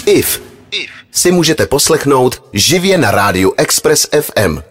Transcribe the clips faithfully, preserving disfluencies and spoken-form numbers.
If si můžete poslechnout živě na rádiu Express F M.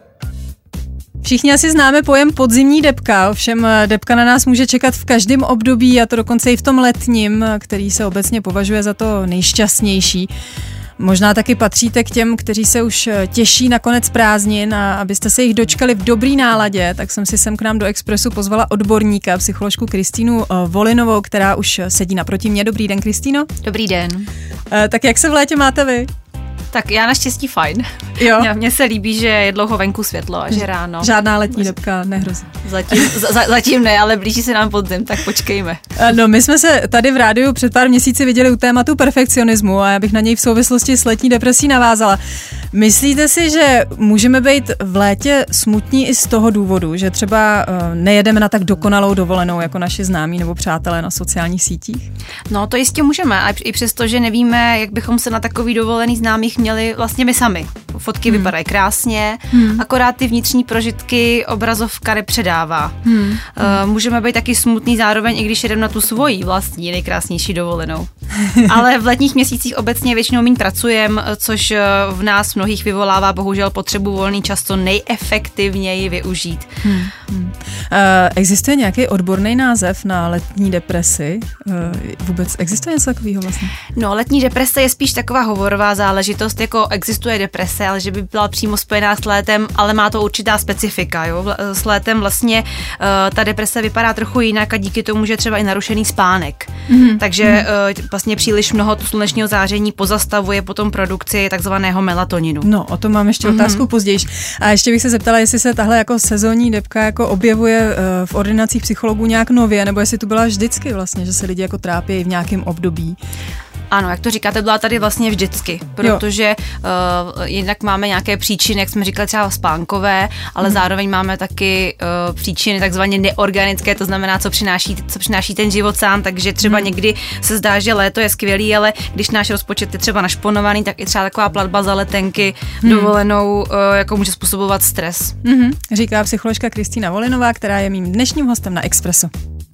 Všichni asi známe pojem podzimní depka, ovšem depka na nás může čekat v každém období, a to dokonce i v tom letním, který se obecně považuje za to nejšťastnější. Možná taky patříte k těm, kteří se už těší na konec prázdnin, a abyste se jich dočkali v dobrý náladě, tak jsem si sem k nám do Expressu pozvala odborníka, psycholožku Kristýnu Volinovou, která už sedí naproti mě. Dobrý den, Kristýno. Dobrý den. Tak jak se v létě máte vy? Tak já naštěstí fajn. Jo. Mně se líbí, že je dlouho venku světlo a že ráno. Žádná letní depka nehrozí. Zatím, za, zatím ne, ale blíží se nám podzim, tak počkejme. No, my jsme se tady v rádiu před pár měsíci viděli u tématu perfekcionismu a já bych na něj v souvislosti s letní depresí navázala. Myslíte si, že můžeme být v létě smutní i z toho důvodu, že třeba nejedeme na tak dokonalou dovolenou jako naši známí nebo přátelé na sociálních sítích? No, to jistě můžeme, a i přesto, že nevíme, jak bychom se na takový dovolený známých měli vlastně my sami. Fotky hmm. vypadají krásně, hmm. akorát ty vnitřní prožitky obrazovka nepředává. Hmm. Uh, můžeme být taky smutný zároveň, i když jedeme na tu svoji vlastní nejkrásnější dovolenou. Ale v letních měsících obecně většinou méně pracujeme, což v nás mnohých vyvolává bohužel potřebu volný čas co nejefektivněji využít. Hmm. Hmm. Uh, existuje nějaký odborný název na letní depresi? Uh, vůbec existuje něco takového vlastně? No, letní deprese je spíš taková hovorová záležitost, jako existuje deprese, ale že by byla přímo spojená s létem, ale má to určitá specifika. Jo? S létem vlastně uh, ta deprese vypadá trochu jinak a díky tomu, že třeba i narušený spánek. Mm-hmm. Takže uh, vlastně příliš mnoho slunečního záření pozastavuje potom produkci takzvaného melatoninu. No, o tom mám ještě mm-hmm. otázku později. A ještě bych se zeptala, jestli se tahle jako sezónní depka jako objevuje uh, v ordinacích psychologů nějak nově, nebo jestli tu byla vždycky vlastně, že se lidi jako trápí v nějakém období. Ano, jak to říkáte, byla tady vlastně vždycky, protože uh, jinak máme nějaké příčiny, jak jsme říkali, třeba spánkové, ale hmm. zároveň máme taky uh, příčiny takzvaně neorganické, to znamená, co přináší, co přináší ten život sám, takže třeba hmm. někdy se zdá, že léto je skvělý, ale když náš rozpočet je třeba našponovaný, tak i třeba taková platba za letenky hmm. dovolenou uh, jako může způsobovat stres. Hmm. Říká psycholožka Kristýna Volinová, která je mým dnešním hostem na Expressu.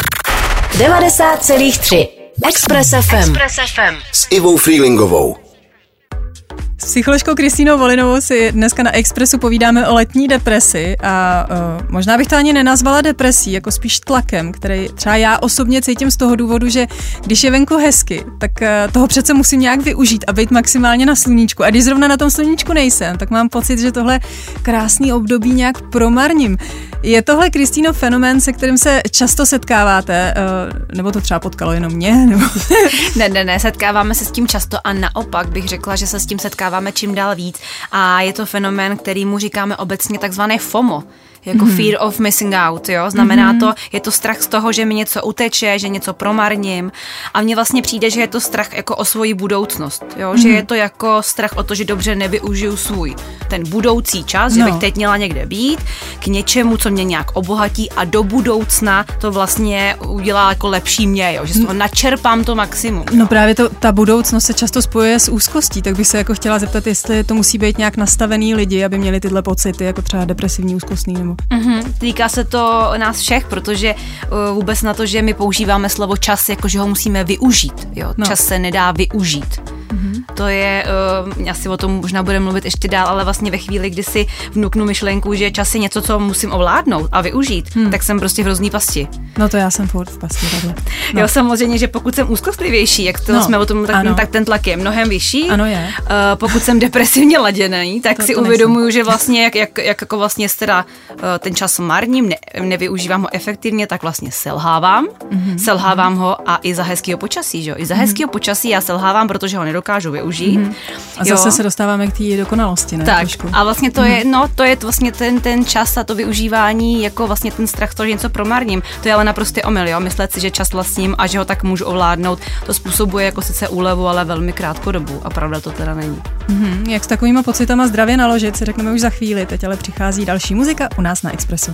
devadesát celá tři Express F M. Express F M s Ivou Freelingovou. S psycholožkou Kristýnou Volinovou si dneska na Expressu povídáme o letní depresi a uh, možná bych to ani nenazvala depresí, jako spíš tlakem, který třeba já osobně cítím z toho důvodu, že když je venku hezky, tak uh, toho přece musím nějak využít a být maximálně na sluníčku. A když zrovna na tom sluníčku nejsem, tak mám pocit, že tohle krásný období nějak promarním. Je tohle, Kristýno, fenomén, se kterým se často setkáváte? Uh, nebo to třeba potkalo jenom mě? Nebo... ne, ne, ne, setkáváme se s tím často a naopak bych řekla, že se s tím setkáváme čím dál víc a je to fenomén, který mu říkáme obecně takzvané FOMO, jako mm-hmm. fear of missing out, jo, znamená mm-hmm. to, je to strach z toho, že mi něco uteče, že něco promarním a mně vlastně přijde, že je to strach jako o svoji budoucnost, jo, mm-hmm. že je to jako strach o to, že dobře nevyužiju svůj ten budoucí čas, no. že bych teď měla někde být k něčemu, co mě nějak obohatí a do budoucna to vlastně udělá jako lepší mě, jo, že z toho načerpám to maximum. No právě to, ta budoucnost se často spojuje s úzkostí, tak bych se jako chtěla zeptat, jestli to musí být nějak nastavený lidi, aby měli tyhle pocity, jako třeba depresivní, úzkostný nebo... Mm-hmm. Týká se to nás všech, protože uh, vůbec na to, že my používáme slovo čas, jako že ho musíme využít. Jo? No. Čas se nedá využít. Mm-hmm. To je, uh, asi o tom možná budeme mluvit ještě dál, ale vlastně ve chvíli, kdy si vnuknu myšlenku, že čas je něco, co musím ovládnout a využít, hmm. tak jsem prostě v hrozný pasti. No to já jsem furt v pasti takhle. No. Jo, samozřejmě, že pokud jsem úzkostlivější, jak to no. jsme o tom tak, tak ten tlak je mnohem vyšší. Ano je. Uh, pokud jsem depresivně laděný, tak to, si to uvědomuju, nejsem. Že vlastně jak, jak, jak jako vlastně teda uh, ten čas marním, ne, nevyužívám ho efektivně, tak vlastně selhávám. Mm-hmm. Selhávám ho a i za hezkýho počasí, že jo? I za mm-hmm. hezkýho počasí já selhávám, protože ho nedokážu využít. Mm-hmm. A zase jo. se dostáváme k té dokonalosti, ne? Tak. Trošku. A vlastně to mm-hmm. je, no, to je vlastně ten, ten čas a to využívání, jako vlastně ten strach toho, že něco promarním. To je ale naprostý omyl, jo? Myslet si, že čas vlastním a že ho tak můžu ovládnout, to způsobuje jako sice úlevu, ale velmi krátkou dobu a pravda to teda není. Mm-hmm. Jak s takovýma pocitama zdravě naložit, si řekneme už za chvíli. Teď ale přichází další muzika u nás na Expressu.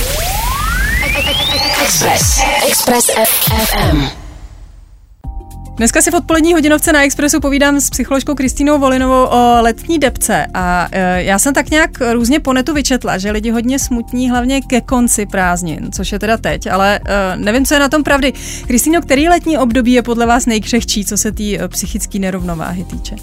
Express. Express F M. Dneska si v odpolední hodinovce na Expressu povídám s psycholožkou Kristýnou Volinovou o letní depce a e, já jsem tak nějak různě po netu vyčetla, že lidi hodně smutní hlavně ke konci prázdnin, což je teda teď, ale e, nevím, co je na tom pravdy. Kristýno, který letní období je podle vás nejkřehčí, co se té psychické nerovnováhy týče?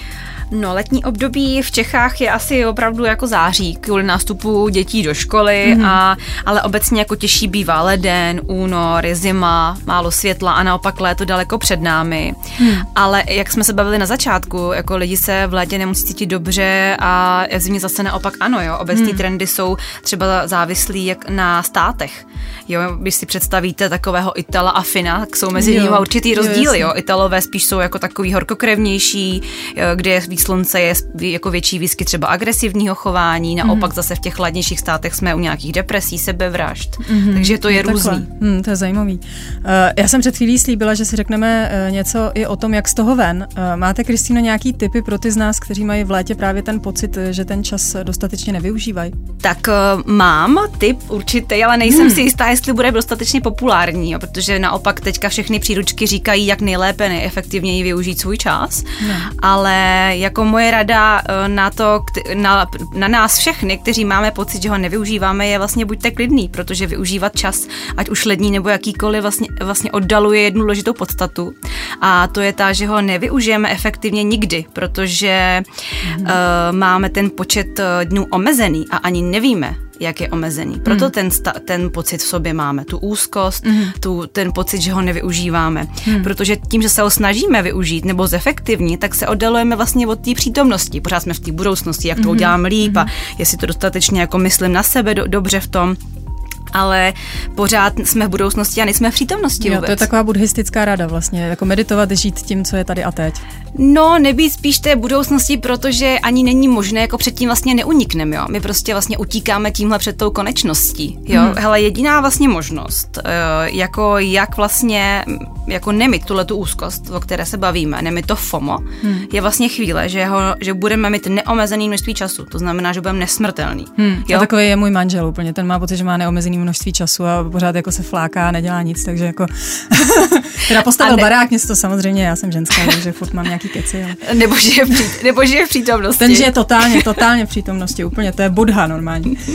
No, letní období v Čechách je asi opravdu jako září, kvůli nástupu dětí do školy, mm-hmm. a, ale obecně jako těžší bývá leden, únor, je zima, málo světla a naopak léto daleko před námi. Mm. Ale jak jsme se bavili na začátku, jako lidi se v létě nemusí cítit dobře a v zimě zase naopak ano, jo. Obecní mm. trendy jsou třeba závislí jak na státech. Jo, když si představíte takového Itala a Fina, tak jsou mezi nimi určitý rozdíly, jo. Italové spíš jsou jako takový horkokrevnější, kde je víc slunce, je jako větší výskyt třeba agresivního chování, naopak mm. zase v těch chladnějších státech jsme u nějakých depresí, sebevražd, mm. takže to je no, různý. Hmm, to je zajímavý. Uh, já jsem před chvílí slíbila, že si řekneme uh, něco i o tom, jak z toho ven. Uh, máte, Kristýno, nějaký tipy pro ty z nás, kteří mají v létě právě ten pocit, že ten čas dostatečně nevyužívají? Tak uh, mám tip určitý, ale nejsem hmm. si jistá, jestli bude dostatečně populární, jo, protože naopak teďka všechny příručky říkají, jak nejlépe, nejefektivněji využít svůj čas, no. ale jako moje rada na to, na, na nás všechny, kteří máme pocit, že ho nevyužíváme, je vlastně buďte klidný, protože využívat čas, ať už lední nebo jakýkoliv, vlastně, vlastně oddaluje jednu důležitou podstatu. A to je ta, že ho nevyužijeme efektivně nikdy, protože mm. uh, máme ten počet dnů omezený a ani nevíme, jak je omezený. Proto mm. ten, sta- ten pocit v sobě máme, tu úzkost, mm. tu, ten pocit, že ho nevyužíváme. Mm. Protože tím, že se ho snažíme využít nebo zefektivnit, tak se oddalujeme vlastně od té přítomnosti. Pořád jsme v té budoucnosti, jak to udělám líp mm. a jestli to dostatečně jako myslím na sebe do- dobře v tom. Ale pořád jsme v budoucnosti a nejsme v přítomnosti jo, vůbec. To je taková buddhistická rada vlastně, jako meditovat, žít tím, co je tady a teď. No, nebýt spíš té budoucnosti, protože ani není možné, jako předtím vlastně neunikneme, jo. My prostě vlastně utíkáme tímhle před tou konečností, jo. Hmm. Hele, jediná vlastně možnost, jako jak vlastně, jako nemít tuhletu úzkost, o které se bavíme, nemít to FOMO, hmm. je vlastně chvíle, že, ho, že budeme mít neomezený množství času, to znamená, že budeme nesmrtelný. Hmm. Jo? A takový je můj manžel úplně, ten má pocit, že má neomezený množství času a pořád jako se fláká, nedělá nic, takže jako teda postavil ne... barák, něco to samozřejmě, já jsem ženská, takže furt mám nějaký keci. Ale... Nebo žije v, přít... Nebo žije v přítomnosti. Ten žije totálně, totálně v přítomnosti, úplně, to je Buddha normálně. um,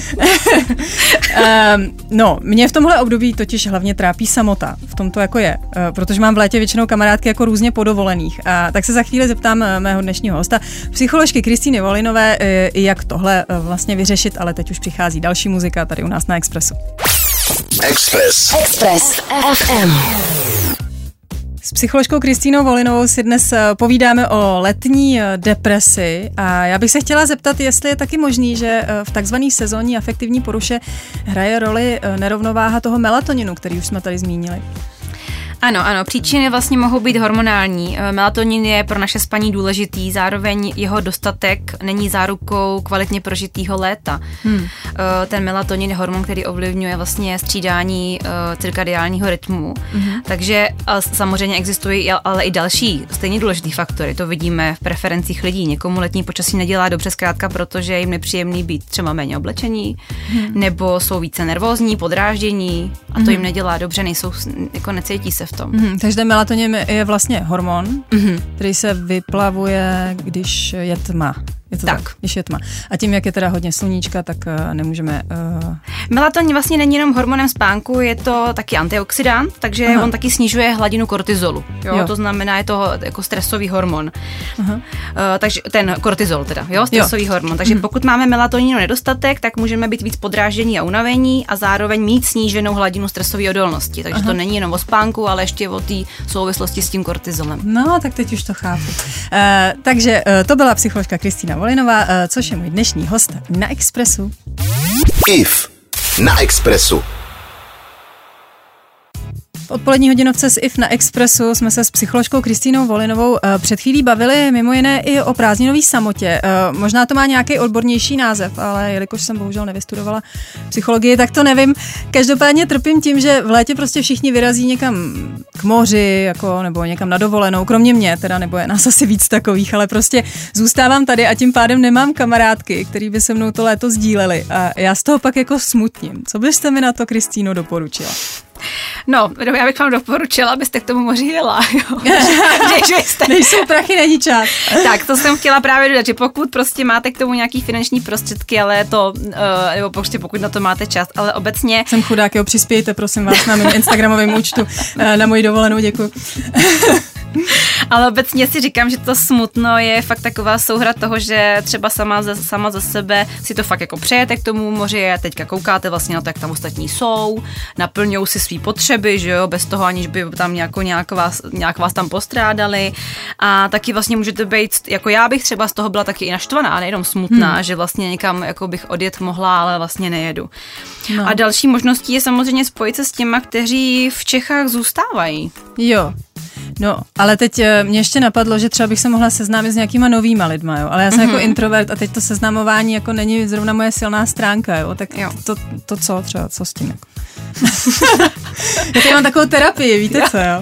no, mě v tomhle období totiž hlavně trápí samota, v tom to jako je, uh, protože mám v létě většinou kamarádky jako různě podovolených a tak se za chvíli zeptám uh, mého dnešního hosta, psycholožky Kristýny Volinové, uh, jak tohle uh, vlastně vyřešit, ale teď už přichází další muzika tady u nás na Expressu. Express. Express F M. S psycholožkou Kristýnou Volinovou si dnes povídáme o letní depresi a já bych se chtěla zeptat, jestli je taky možný, že v takzvaný sezónní afektivní poruše hraje roli nerovnováha toho melatoninu, který už jsme tady zmínili. Ano, ano, příčiny vlastně mohou být hormonální. Melatonin je pro naše spaní důležitý, zároveň jeho dostatek není zárukou kvalitně prožitého léta. Hmm. Ten melatonin je hormon, který ovlivňuje vlastně střídání cirkadiálního rytmu. Hmm. Takže samozřejmě existují ale i další stejně důležitý faktory. To vidíme v preferencích lidí. Někomu letní počasí nedělá dobře zkrátka, protože je jim nepříjemný být třeba méně oblečení, hmm. nebo jsou více nervózní, podráždění a to hmm. jim nedělá dobře, nejsou, jako necítí se v tom. Mm-hmm, takže melatonin je vlastně hormon, mm-hmm. který se vyplavuje, když je tma. Je to tak. tak, když je tma. A tím, jak je teda hodně sluníčka, tak uh, nemůžeme... Uh... Melatonin vlastně není jenom hormonem spánku, je to taky antioxidant, takže Aha. on taky snižuje hladinu kortizolu. Jo? Jo. To znamená, je to jako stresový hormon. Aha. Uh, takže ten kortizol teda, jo, stresový jo. hormon. Takže mm. pokud máme melatoninu nedostatek, tak můžeme být víc podráždění a unavení a zároveň mít sníženou hladinu stresové odolnosti. Takže Aha. to není jenom o spánku, ale ještě o té souvislosti s tím kortizolem. No, tak teď už to chápu. Uh, takže uh, to byla psycholožka Kristýna Volinová, což je můj dnešní host na Expressu. I F na Expressu. V odpolední hodinovce s I F na Expressu jsme se s psycholožkou Kristýnou Volinovou před chvílí bavili mimo jiné i o prázdninové samotě. Možná to má nějaký odbornější název, ale jelikož jsem bohužel nevystudovala psychologii, tak to nevím. Každopádně trpím tím, že v létě prostě všichni vyrazí někam k moři, jako, nebo někam na dovolenou, kromě mě teda, nebo je nás asi víc takových, ale prostě zůstávám tady a tím pádem nemám kamarádky, který by se mnou to léto sdíleli a já z toho pak jako smutním. Co byste mi na to, Kristýno, doporučila? No, já bych vám doporučila, abyste k tomu moři jela. Jo. jste... Nejsou prachy, není čas. Tak, to jsem chtěla právě dodat, že pokud prostě máte k tomu nějaký finanční prostředky, ale to, uh, nebo prostě pokud na to máte čas, ale obecně... Jsem chudák, jo, přispějte, prosím vás, na mým instagramovém účtu, uh, na moji dovolenou, děkuji. Ale obecně si říkám, že to smutno je fakt taková souhra toho, že třeba sama za, sama za sebe si to fakt jako přejete k tomu moři a teďka koukáte vlastně na to, jak tam ostatní jsou, naplňují si svý potřeby, že jo, bez toho, aniž by tam nějako, nějak, vás, nějak vás tam postrádali a taky vlastně můžete být, jako já bych třeba z toho byla taky i naštvaná, nejenom smutná, hmm. že vlastně někam jako bych odjet mohla, ale vlastně nejedu. No. A další možností je samozřejmě spojit se s těma, kteří v Čechách zůstávají. Jo. No, ale teď mě ještě napadlo, že třeba bych se mohla seznámit s nějakýma novýma lidma, jo, ale já jsem mm-hmm. jako introvert a teď to seznamování jako není zrovna moje silná stránka, jo, tak jo. To, to co třeba, co s tím jako? Já tady mám takovou terapii, víte jo. co, jo?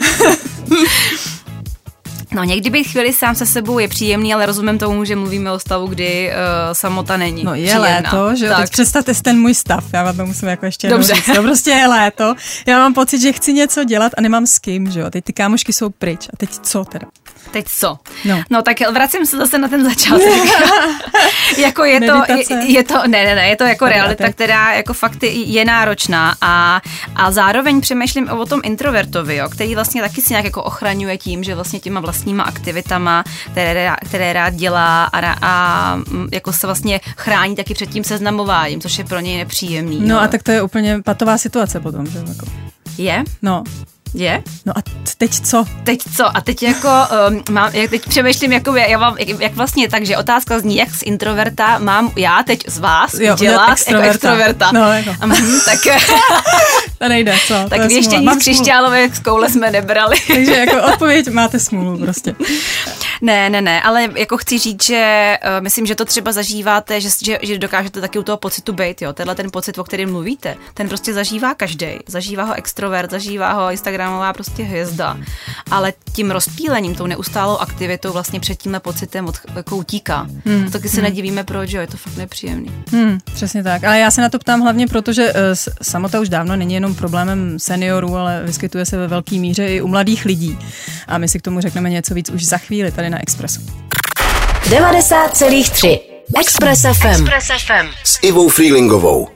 No, někdy být chvíli sám se sebou je příjemný, ale rozumím tomu, že mluvíme o stavu, kdy uh, samota není No je příjemná. léto, že jo, teď představte si ten můj stav, já vám to musím jako ještě jednou Dobře. říct. To prostě je léto, já mám pocit, že chci něco dělat a nemám s kým, že jo, teď ty kámošky jsou pryč a teď co teda? Teď co? No, no tak vracím se zase na ten začátek. jako je to, je, je to, ne, ne, ne, je to jako Meditace. Realita, která jako fakt je náročná a, a zároveň přemýšlím o tom introvertovi, jo, který vlastně taky si nějak jako ochraňuje tím, že vlastně těma vlastníma aktivitama, které, které rád dělá a, a jako se vlastně chrání taky před tím seznamováním, což je pro něj nepříjemný. No jo. a tak to je úplně patová situace potom, že jako. Je? No. Je? No a teď co? Teď co? A teď jako, um, mám, jak teď přemýšlím, jako, já mám, jak, jak vlastně tak, že otázka zní, jak z introverta mám já teď z vás jo, dělat extroverta. Jako extroverta. No, jako. Um, tak to nejde, co? Tak věštění z křišťálové z koule jsme nebrali. Takže jako odpověď máte smůlu prostě. Ne, ne, ne, ale jako chci říct, že uh, myslím, že to třeba zažíváte, že, že, že dokážete taky u toho pocitu být, jo. Tenhle ten pocit, o kterém mluvíte, ten prostě zažívá každej. Zažívá ho extrovert, zažívá ho Instagramová prostě hvězda. Ale tím rozpílením, tou neustálou aktivitou vlastně před tímhle pocitem od, jako utíká. Hmm. A taky se hmm. nedivíme, proč, jo, je to fakt nepříjemný. Hmm, přesně tak. Ale já se na to ptám hlavně proto, že uh, samota už dávno není jenom problémem seniorů, ale vyskytuje se ve velké míře i u mladých lidí. A my si k tomu řekneme něco víc už za chvíli tady na Expressu. devadesát celá tři Express ef em. Express ef em s Ivou Freelingovou.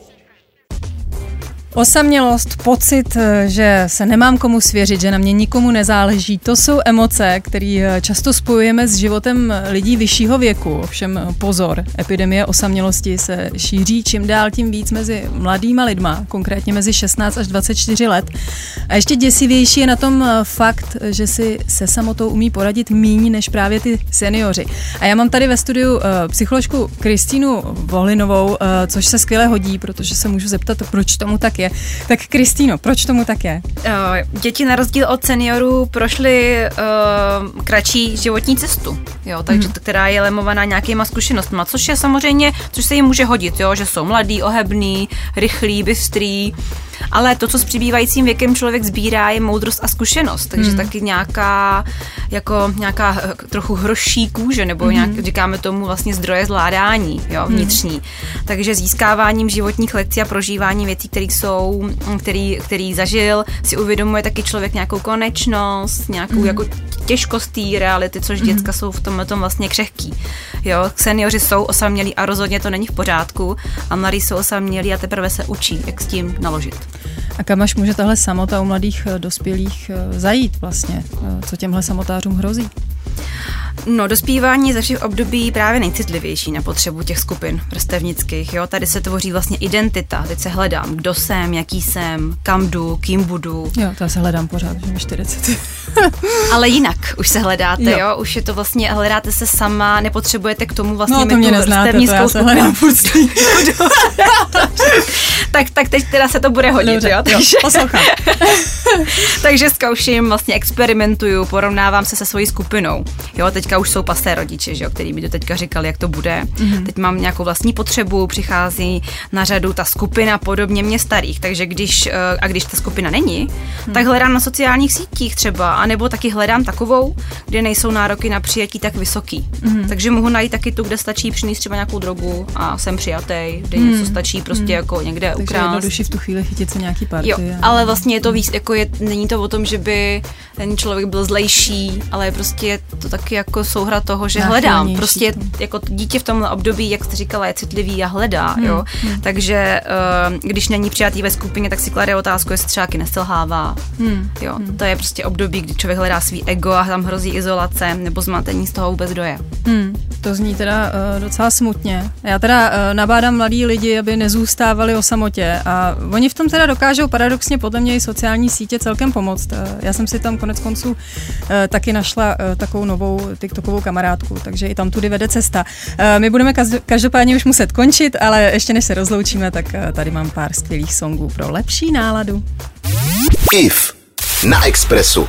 Osamělost, pocit, že se nemám komu svěřit, že na mě nikomu nezáleží, to jsou emoce, které často spojujeme s životem lidí vyššího věku. Ovšem pozor, epidemie osamělosti se šíří čím dál tím víc mezi mladýma lidma, konkrétně mezi šestnáct až dvacet čtyři let. A ještě děsivější je na tom fakt, že si se samotou umí poradit míň než právě ty seniori. A já mám tady ve studiu psycholožku Kristýnu Vohlinovou, což se skvěle hodí, protože se můžu zeptat, proč tomu tak je. Tak Kristýno, proč tomu tak je? Děti na rozdíl od seniorů prošly uh, kratší životní cestu, jo, takže hmm. která je lemovaná nějakýma zkušenostma, což je samozřejmě, což se jim může hodit, jo, že jsou mladý, ohebný, rychlý, bystrý, ale to, co s přibývajícím věkem člověk sbírá, je moudrost a zkušenost, takže hmm. taky nějaká, jako nějaká trochu hroší kůže, nebo hmm. nějak, říkáme tomu vlastně zdroje zvládání, jo, vnitřní. Hmm. Takže získáváním životních lekcí a prožíváním věcí, které jsou, který, který zažil, si uvědomuje taky člověk nějakou konečnost, nějakou hmm. jako těžkost té reality, což hmm. děcka jsou v tomhle tom vlastně křehký. Jo, seniori jsou osamělí a rozhodně to není v pořádku a mladí jsou osamělí a teprve se učí, jak s tím naložit. A kam až může tahle samota u mladých dospělých zajít vlastně? Co těmhle samotářům hrozí? No, dospívání je začít v období právě nejcitlivější na potřebu těch skupin vrstevnických, jo. Tady se tvoří vlastně identita, teď se hledám, kdo jsem, jaký jsem, kam jdu, kým budu. Jo, to já se hledám pořád, že mi čtyřicet. Ale jinak už se hledáte, jo. jo, už je to vlastně, hledáte se sama, nepotřebujete k tomu vlastně no, to mě neznáte, to já se hledám furt tak, tak teď teda se to bude hodit, Dobře, jo, takže, poslouchám. takže zkouším, vlastně experimentuju, porovnávám se se svojí skupinou, jo, teďka teďka už jsou pasé rodiče, že jo, který mi to teďka říkali, jak to bude. Mm-hmm. Teď mám nějakou vlastní potřebu, přichází na řadu ta skupina podobně mě starých, takže když, a když ta skupina není, mm. tak hledám na sociálních sítích třeba, anebo taky hledám takovou, kde nejsou nároky na přijetí tak vysoký. Mm. Takže mohu najít taky tu, kde stačí přinést třeba nějakou drogu a jsem přijatej, kde mm. něco stačí prostě mm. jako někde ukrást. Takže jednodušší v tu chvíli chytit se nějaký party. Jo, a... ale vlastně je to víc, jako je, není to o tom, že by ten člověk byl zlejší, ale prostě je to taky jako souhra toho, že hledám. Prostě jako dítě v tomhle období, jak jste říkala, je citlivý a hledá, hmm. jo. Hmm. Takže uh, když není přijatý ve skupině, tak si klade otázku, jestli třeba taky nestelhává. Hmm. Jo, hmm. to je prostě období, kdy člověk hledá svý ego a tam hrozí izolace nebo zmatení z toho vůbec kdo je. Hmm. To zní teda uh, docela smutně. Já teda uh, nabádám mladí lidi, aby nezůstávali o samotě a oni v tom teda dokážou paradoxně podle mě i sociální sítě celkem pomoct. Uh, já jsem si tam konec konců uh, taky našla uh, takovou novou TikTokovou kamarádku, takže i tam tudy vede cesta. Uh, my budeme každopádně už muset končit, ale ještě než se rozloučíme, tak uh, tady mám pár skvělých songů pro lepší náladu. If na Expressu.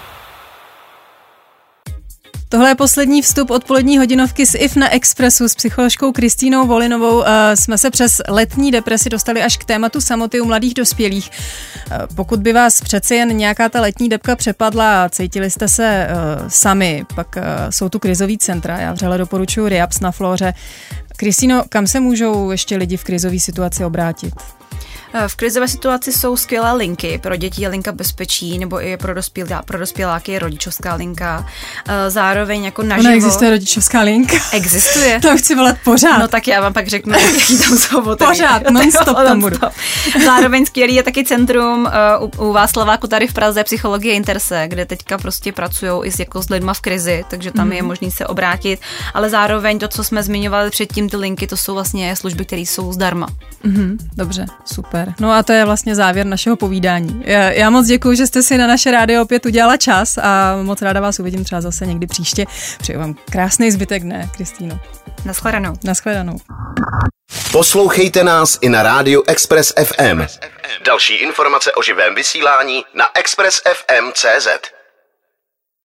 Tohle je poslední vstup odpolední hodinovky z If na Expressu s psycholožkou Kristýnou Volinovou. Uh, jsme se přes letní depresi dostali až k tématu samoty u mladých dospělých. Uh, pokud by vás přece jen nějaká ta letní depka přepadla a cítili jste se uh, sami, pak uh, jsou tu krizový centra. Já vřele doporučuji Riaps na Flóře. Kristýno, kam se můžou ještě lidi v krizové situaci obrátit? V krizové situaci jsou skvělé linky. Pro děti je linka bezpečí, nebo i pro, dospělá, pro dospěláky je rodičovská linka. Zároveň jako naživo... Ona existuje rodičovská linka? Existuje. To chci volat pořád. No tak já vám pak řeknu, jaký tam jsou. Pořád, non-stop tam budu. Zároveň skvělý je taky centrum uh, u Václaváku tady v Praze, Psychologie Interse, kde teďka prostě pracujou i s, jako s lidma v krizi, takže tam mm. je možný se obrátit. Ale zároveň to, co jsme zmiňovali předtím, ty linky, to jsou vlastně služby, které jsou zdarma. Mm-hmm, dobře, super. No a to je vlastně závěr našeho povídání. Já, já moc děkuji, že jste si na naše rádio opět udělala čas a moc ráda vás uvidím třeba zase někdy příště. Přeju vám krásný zbytek dne, Kristýno. Naschledanou. Naschledanou. Poslouchejte nás i na rádiu Express F M. Další informace o živém vysílání na express f m tečka cé zet.